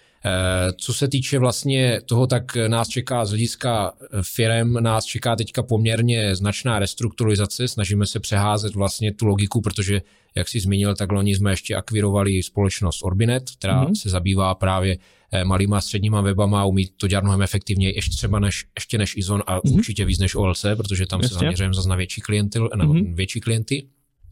Co se týče vlastně toho, tak nás čeká z hlediska firem, nás čeká teďka poměrně značná restrukturalizace, snažíme se přeházet vlastně tu logiku, protože, jak jsi zmínil, tak loni jsme ještě akvirovali společnost Orbinet, která se zabývá právě malýma a středníma webama a umí to dělat mnohem efektivněji, ještě než Izon a určitě víc než OLC, protože tam se zaměřujeme zase na větší klienty.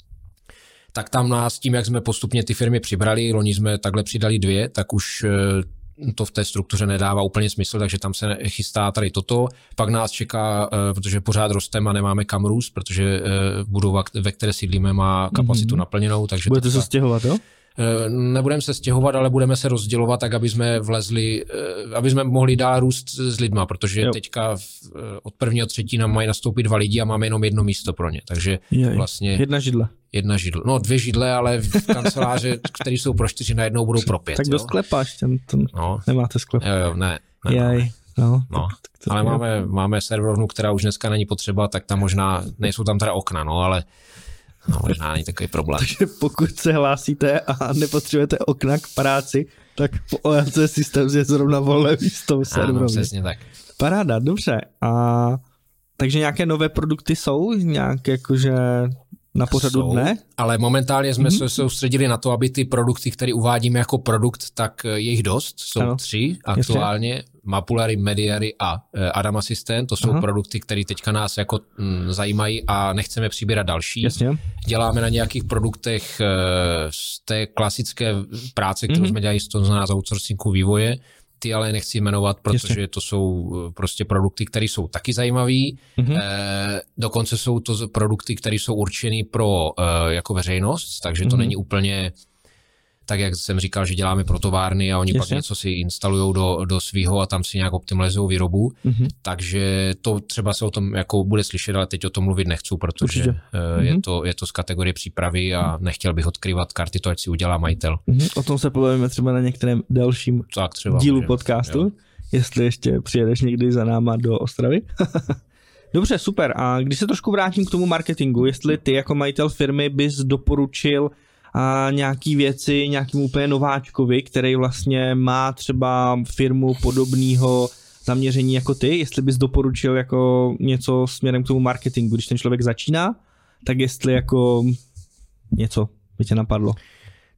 Tak tam nás tím, jak jsme postupně ty firmy přibrali, loni jsme takhle přidali 2, tak už to v té struktuře nedává úplně smysl, takže tam se chystá tady toto. Pak nás čeká, protože pořád rosteme a nemáme kam růst, protože budova, ve které sídlíme, má kapacitu naplněnou. Takže budete se stěhovat, jo? Nebudeme se stěhovat, ale budeme se rozdělovat tak, aby jsme vlezli, aby jsme mohli dál růst s lidma, protože teďka od 1.3. nám mají nastoupit 2 lidi a máme jenom 1 místo pro ně, takže vlastně... Jedna židle. No 2 židle, ale v kanceláře, které jsou pro 4, najednou budou pro 5. Tak do sklepáš, nemáte sklep. Jo, ne. No. Ale máme serverovnu, která už dneska není potřeba, tak tam možná, nejsou tam teda okna, ale možná není takový problém. Takže pokud se hlásíte a nepotřebujete okna k práci, tak po OLC systém je zrovna volné místo v serverovně. Ano, přesně tak. Paráda, dobře. Takže nějaké nové produkty jsou? Nějaké jakože na pořadu dne? Ale momentálně jsme se soustředili na to, aby ty produkty, které uvádíme jako produkt, tak je jich dost. Jsou 3 aktuálně. Mapulary, Mediary a Adam Assistant. To jsou produkty, které teďka nás jako zajímají a nechceme přibírat další. Jasně. Děláme na nějakých produktech z té klasické práce, kterou jsme dělali, to znamená z outsourcingu vývoje. Ty ale nechci jmenovat, protože to jsou prostě produkty, které jsou taky zajímavé. Dokonce jsou to produkty, které jsou určeny pro jako veřejnost, takže to není úplně tak, jak jsem říkal, že děláme pro továrny a oni pak něco si instalujou do svýho a tam si nějak optimalizují výrobu. Takže to třeba se o tom jako bude slyšet, ale teď o tom mluvit nechci, protože je to z kategorie přípravy a nechtěl bych odkryvat karty, to ať si udělá majitel. O tom se povíme třeba na některém dalším dílu podcastu, jestli ještě přijedeš někdy za náma do Ostravy. Dobře, super. A když se trošku vrátím k tomu marketingu, jestli ty jako majitel firmy bys doporučil nějaký věci nějakým úplně nováčkovi, který vlastně má třeba firmu podobného zaměření jako ty, jestli bys doporučil jako něco směrem k tomu marketingu, když ten člověk začíná, tak jestli jako něco by tě napadlo.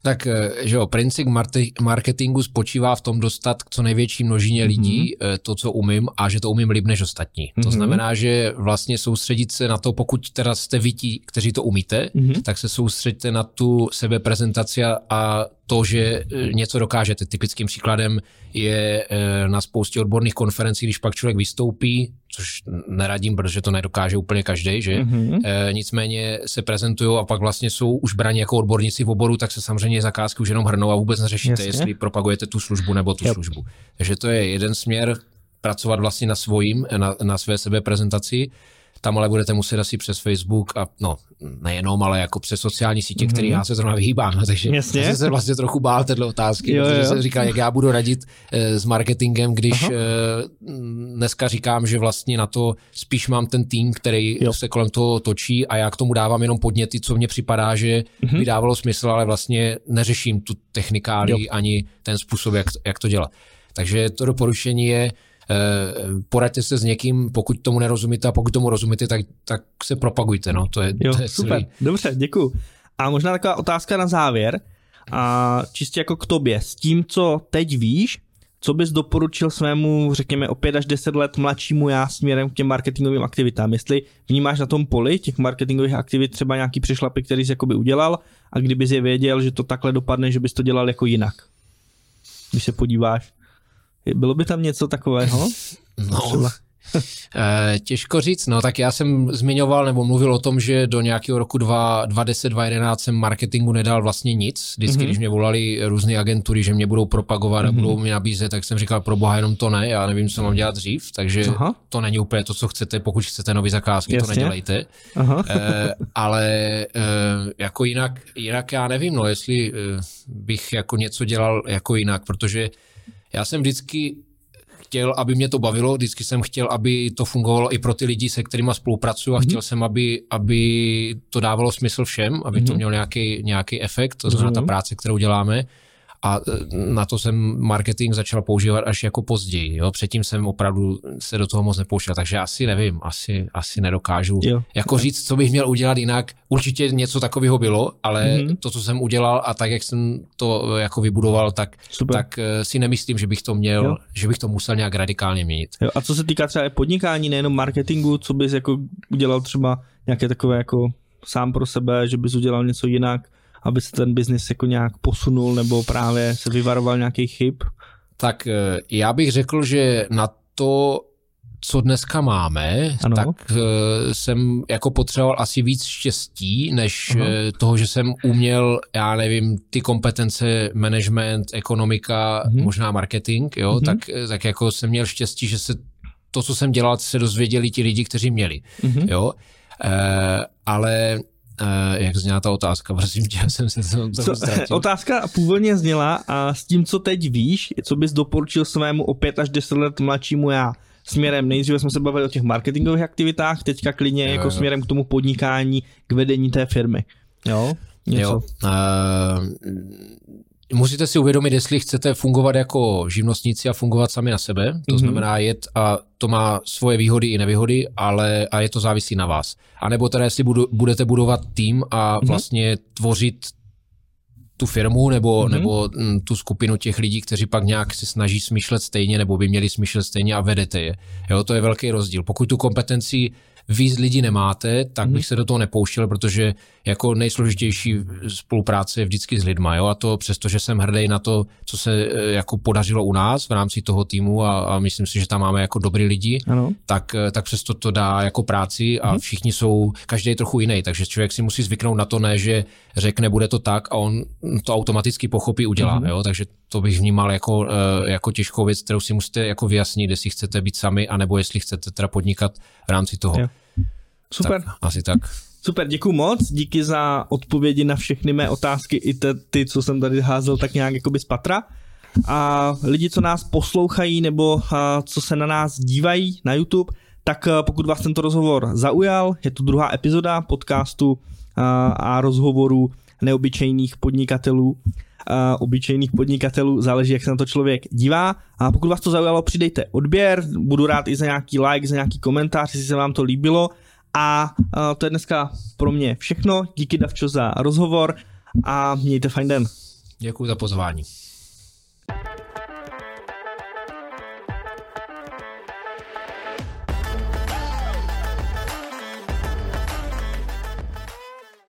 Tak, že jo, princip marketingu spočívá v tom dostat co největší množině lidí to, co umím, a že to umím líp než ostatní. To znamená, že vlastně soustředit se na to, pokud teda jste vy ti, kteří to umíte, tak se soustředíte na tu sebeprezentaci a to, že něco dokážete. Typickým příkladem je na spoustě odborných konferencí, když pak člověk vystoupí, což neradím, protože to nedokáže úplně každý, že? Nicméně se prezentují a pak vlastně jsou už braní jako odborníci v oboru, tak se samozřejmě zakázky už jenom hrnou a vůbec neřešíte, jestli propagujete tu službu nebo tu službu. Takže to je jeden směr, pracovat vlastně na své sebeprezentaci. Tam ale budete muset asi přes Facebook a nejenom, ale jako přes sociální sítě, který já se zrovna vyhýbám. Takže já jsem se vlastně trochu bál této otázky, protože jsem říkal, jak já budu radit s marketingem, když dneska říkám, že vlastně na to spíš mám ten tým, který se kolem toho točí a já k tomu dávám jenom podněty, co mně připadá, že by dávalo smysl, ale vlastně neřeším tu technikálii ani ten způsob, jak to dělat. Takže to doporučení je, poraďte se s někým, pokud tomu nerozumíte, a pokud tomu rozumíte, tak se propagujte. To je super, celý. Dobře, děkuju. A možná taková otázka na závěr, a čistě jako k tobě, s tím, co teď víš, co bys doporučil svému, řekněme, o 5 až 10 let mladšímu já směrem k těm marketingovým aktivitám? Jestli vnímáš na tom poli těch marketingových aktivit třeba nějaký přešlapy, který jsi jakoby udělal, a kdybys je věděl, že to takhle dopadne, že bys to dělal jako jinak? Když se podíváš. Bylo by tam něco takového? Těžko říct, tak já jsem zmiňoval nebo mluvil o tom, že do nějakého roku 2010, 2011 jsem marketingu nedal vlastně nic. Vždycky, když mě volali různé agentury, že mě budou propagovat a budou mi nabízet, tak jsem říkal, pro boha, jenom to ne, já nevím, co mám dělat dřív, takže to není úplně to, co chcete, pokud chcete nový zakázky, to nedělejte. Ale jako jinak já nevím, jestli bych jako něco dělal jako jinak, protože já jsem vždycky chtěl, aby mě to bavilo, vždycky jsem chtěl, aby to fungovalo i pro ty lidi, se kterými spolupracuju, a chtěl jsem, aby to dávalo smysl všem, aby to mělo nějaký efekt, to znamená ta práce, kterou děláme. A na to jsem marketing začal používat až jako později. Předtím jsem opravdu se do toho moc nepouštěl, takže asi nevím, asi nedokážu říct, co bych měl udělat jinak. Určitě něco takového bylo, ale to, co jsem udělal a tak, jak jsem to jako vybudoval, tak si nemyslím, že bych to měl, že bych to musel nějak radikálně měnit. A co se týká třeba podnikání, nejenom marketingu, co bys jako udělal třeba nějaké takové jako sám pro sebe, že bys udělal něco jinak, aby se ten biznis jako nějak posunul nebo právě se vyvaroval nějakých chyb? Tak já bych řekl, že na to, co dneska máme, tak jsem jako potřeboval asi víc štěstí, než toho, že jsem uměl, já nevím, ty kompetence, management, ekonomika, možná marketing, tak jako jsem měl štěstí, že se to, co jsem dělal, se dozvěděli ti lidi, kteří měli. Ale jak zněla ta otázka, prosím tě, jsem se ztratil. Otázka původně zněla, a s tím, co teď víš, co bys doporučil svému o 5 až 10 let mladšímu já směrem, nejdříve jsme se bavili o těch marketingových aktivitách, teďka klidně jako směrem k tomu podnikání, k vedení té firmy. Něco. Musíte si uvědomit, jestli chcete fungovat jako živnostníci a fungovat sami na sebe, to znamená jet, a to má svoje výhody i nevýhody, a je to závisí na vás. A nebo teda, jestli budete budovat tým a vlastně tvořit tu firmu nebo tu skupinu těch lidí, kteří pak nějak se snaží smýšlet stejně nebo by měli smýšlet stejně a vedete je. To je velký rozdíl. Pokud tu kompetenci víc lidí nemáte, tak bych se do toho nepouštěl, protože jako nejsložitější spolupráce je vždycky s lidma, a to přesto, že jsem hrdý na to, co se jako podařilo u nás v rámci toho týmu, a myslím si, že tam máme jako dobrý lidi, tak přesto to dá jako práci a všichni jsou, každý je trochu jiný, takže člověk si musí zvyknout na to, ne, že řekne, bude to tak a on to automaticky pochopí, udělá, takže to bych vnímal jako těžkou věc, kterou si musíte jako vyjasnit, jestli chcete být sami, anebo jestli chcete teda podnikat v rámci toho. Super. Tak, asi tak. Super, děkuju moc, díky za odpovědi na všechny mé otázky, i ty, co jsem tady házel tak nějak jakoby z patra. A lidi, co nás poslouchají nebo co se na nás dívají na YouTube, tak pokud vás tento rozhovor zaujal, je to 2. epizoda podcastu a rozhovoru neobyčejných podnikatelů. Obyčejných podnikatelů, záleží, jak se na to člověk dívá. A pokud vás to zaujalo, přidejte odběr, budu rád i za nějaký like, za nějaký komentář, jestli se vám to líbilo. A to je dneska pro mě všechno. Díky, Davčo, za rozhovor a mějte fajn den. Děkuji za pozvání.